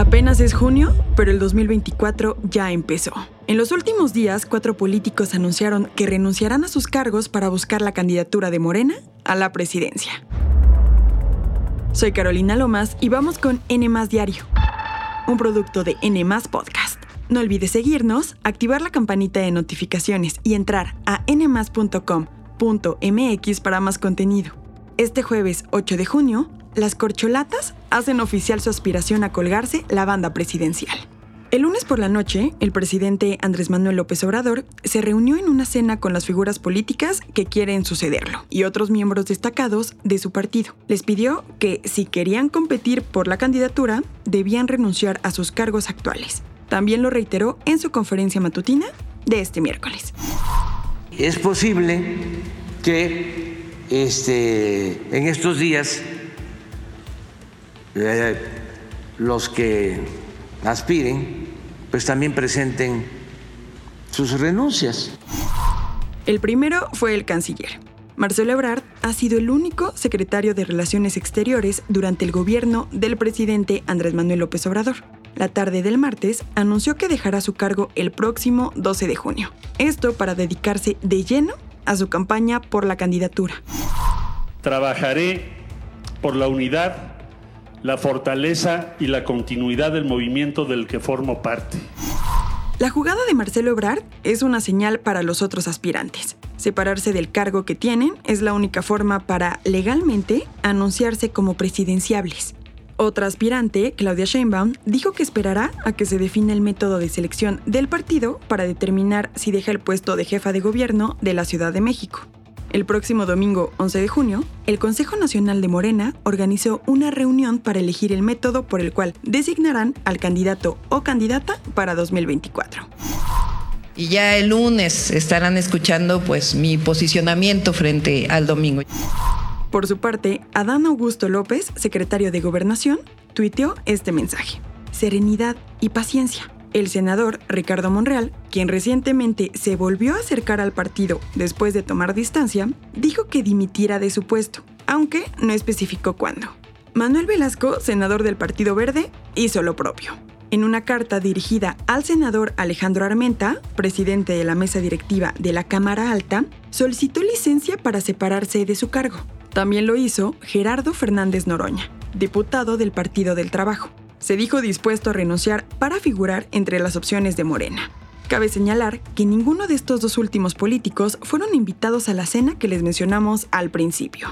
Apenas es junio, pero el 2024 ya empezó. En los últimos días, 4 políticos anunciaron que renunciarán a sus cargos para buscar la candidatura de Morena a la presidencia. Soy Carolina Lomas y vamos con N+ Diario, un producto de N+ Podcast. No olvides seguirnos, activar la campanita de notificaciones y entrar a nmas.com.mx para más contenido. Este jueves 8 de junio, las corcholatas hacen oficial su aspiración a colgarse la banda presidencial. El lunes por la noche, el presidente Andrés Manuel López Obrador se reunió en una cena con las figuras políticas que quieren sucederlo y otros miembros destacados de su partido. Les pidió que, si querían competir por la candidatura, debían renunciar a sus cargos actuales. También lo reiteró en su conferencia matutina de este miércoles. Es posible que en estos días los que aspiren pues también presenten sus renuncias. El primero fue el canciller. Marcelo Ebrard ha sido el único secretario de Relaciones Exteriores durante el gobierno del presidente Andrés Manuel López Obrador. La tarde del martes anunció que dejará su cargo el próximo 12 de junio. Esto para dedicarse de lleno a su campaña por la candidatura. Trabajaré por la unidad, la fortaleza y la continuidad del movimiento del que formo parte. La jugada de Marcelo Ebrard es una señal para los otros aspirantes. Separarse del cargo que tienen es la única forma para, legalmente, anunciarse como presidenciables. Otra aspirante, Claudia Sheinbaum, dijo que esperará a que se defina el método de selección del partido para determinar si deja el puesto de jefa de gobierno de la Ciudad de México. El próximo domingo 11 de junio, el Consejo Nacional de Morena organizó una reunión para elegir el método por el cual designarán al candidato o candidata para 2024. Y ya el lunes estarán escuchando mi posicionamiento frente al domingo. Por su parte, Adán Augusto López, secretario de Gobernación, tuiteó este mensaje: serenidad y paciencia. El senador Ricardo Monreal, quien recientemente se volvió a acercar al partido después de tomar distancia, dijo que dimitirá de su puesto, aunque no especificó cuándo. Manuel Velasco, senador del Partido Verde, hizo lo propio. En una carta dirigida al senador Alejandro Armenta, presidente de la mesa directiva de la Cámara Alta, solicitó licencia para separarse de su cargo. También lo hizo Gerardo Fernández Noroña, diputado del Partido del Trabajo. Se dijo dispuesto a renunciar para figurar entre las opciones de Morena. Cabe señalar que ninguno de estos dos últimos políticos fueron invitados a la cena que les mencionamos al principio.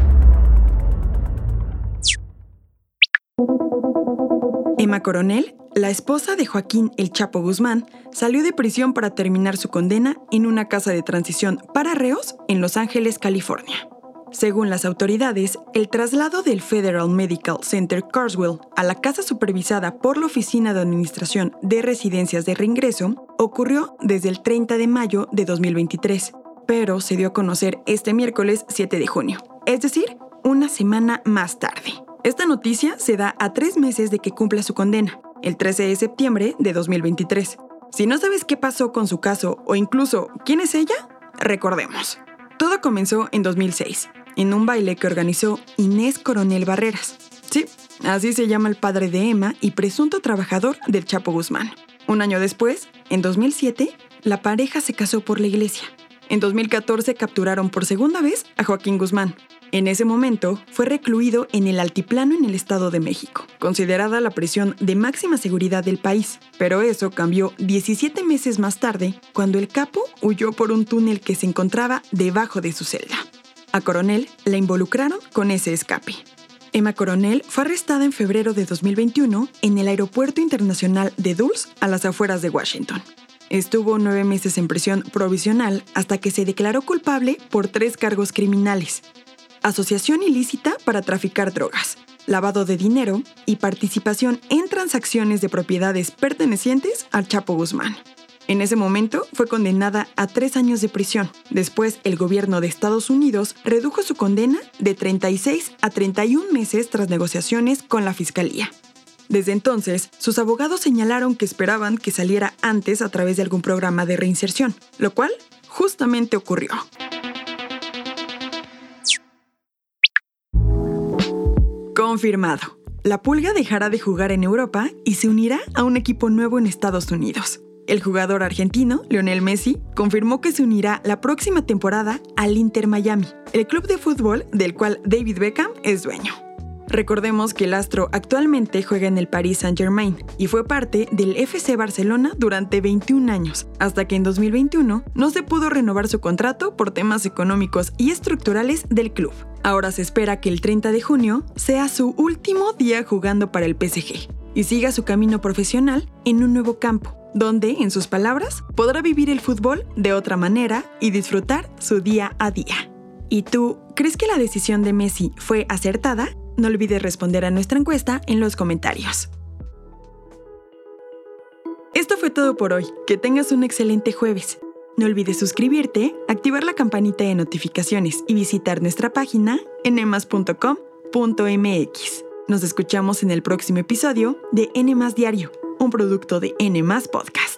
Emma Coronel, la esposa de Joaquín El Chapo Guzmán, salió de prisión para terminar su condena en una casa de transición para reos en Los Ángeles, California. Según las autoridades, el traslado del Federal Medical Center Carswell a la casa supervisada por la Oficina de Administración de Residencias de Reingreso ocurrió desde el 30 de mayo de 2023, pero se dio a conocer este miércoles 7 de junio, es decir, una semana más tarde. Esta noticia se da a 3 meses de que cumpla su condena, el 13 de septiembre de 2023. Si no sabes qué pasó con su caso o incluso quién es ella, recordemos. Todo comenzó en 2006, en un baile que organizó Inés Coronel Barreras. Sí, así se llama el padre de Emma y presunto trabajador del Chapo Guzmán. Un año después, en 2007, la pareja se casó por la iglesia. En 2014 capturaron por segunda vez a Joaquín Guzmán. En ese momento, fue recluido en el Altiplano en el Estado de México, considerada la prisión de máxima seguridad del país. Pero eso cambió 17 meses más tarde, cuando el capo huyó por un túnel que se encontraba debajo de su celda. A Coronel la involucraron con ese escape. Emma Coronel fue arrestada en febrero de 2021 en el Aeropuerto Internacional de Dulles, a las afueras de Washington. Estuvo 9 meses en prisión provisional hasta que se declaró culpable por 3 cargos criminales: asociación ilícita para traficar drogas, lavado de dinero y participación en transacciones de propiedades pertenecientes al Chapo Guzmán. En ese momento fue condenada a 3 años de prisión. Después, el gobierno de Estados Unidos redujo su condena de 36 a 31 meses tras negociaciones con la fiscalía. Desde entonces, sus abogados señalaron que esperaban que saliera antes a través de algún programa de reinserción, lo cual justamente ocurrió. Confirmado. la Pulga dejará de jugar en Europa y se unirá a un equipo nuevo en Estados Unidos. El jugador argentino, Lionel Messi, confirmó que se unirá la próxima temporada al Inter Miami, el club de fútbol del cual David Beckham es dueño. Recordemos que el astro actualmente juega en el Paris Saint-Germain y fue parte del FC Barcelona durante 21 años, hasta que en 2021 no se pudo renovar su contrato por temas económicos y estructurales del club. Ahora se espera que el 30 de junio sea su último día jugando para el PSG y siga su camino profesional en un nuevo campo, donde, en sus palabras, podrá vivir el fútbol de otra manera y disfrutar su día a día. ¿Y tú, crees que la decisión de Messi fue acertada? No olvides responder a nuestra encuesta en los comentarios. Esto fue todo por hoy. Que tengas un excelente jueves. No olvides suscribirte, activar la campanita de notificaciones y visitar nuestra página nmas.com.mx. Nos escuchamos en el próximo episodio de N+ Diario, un producto de N+ Podcast.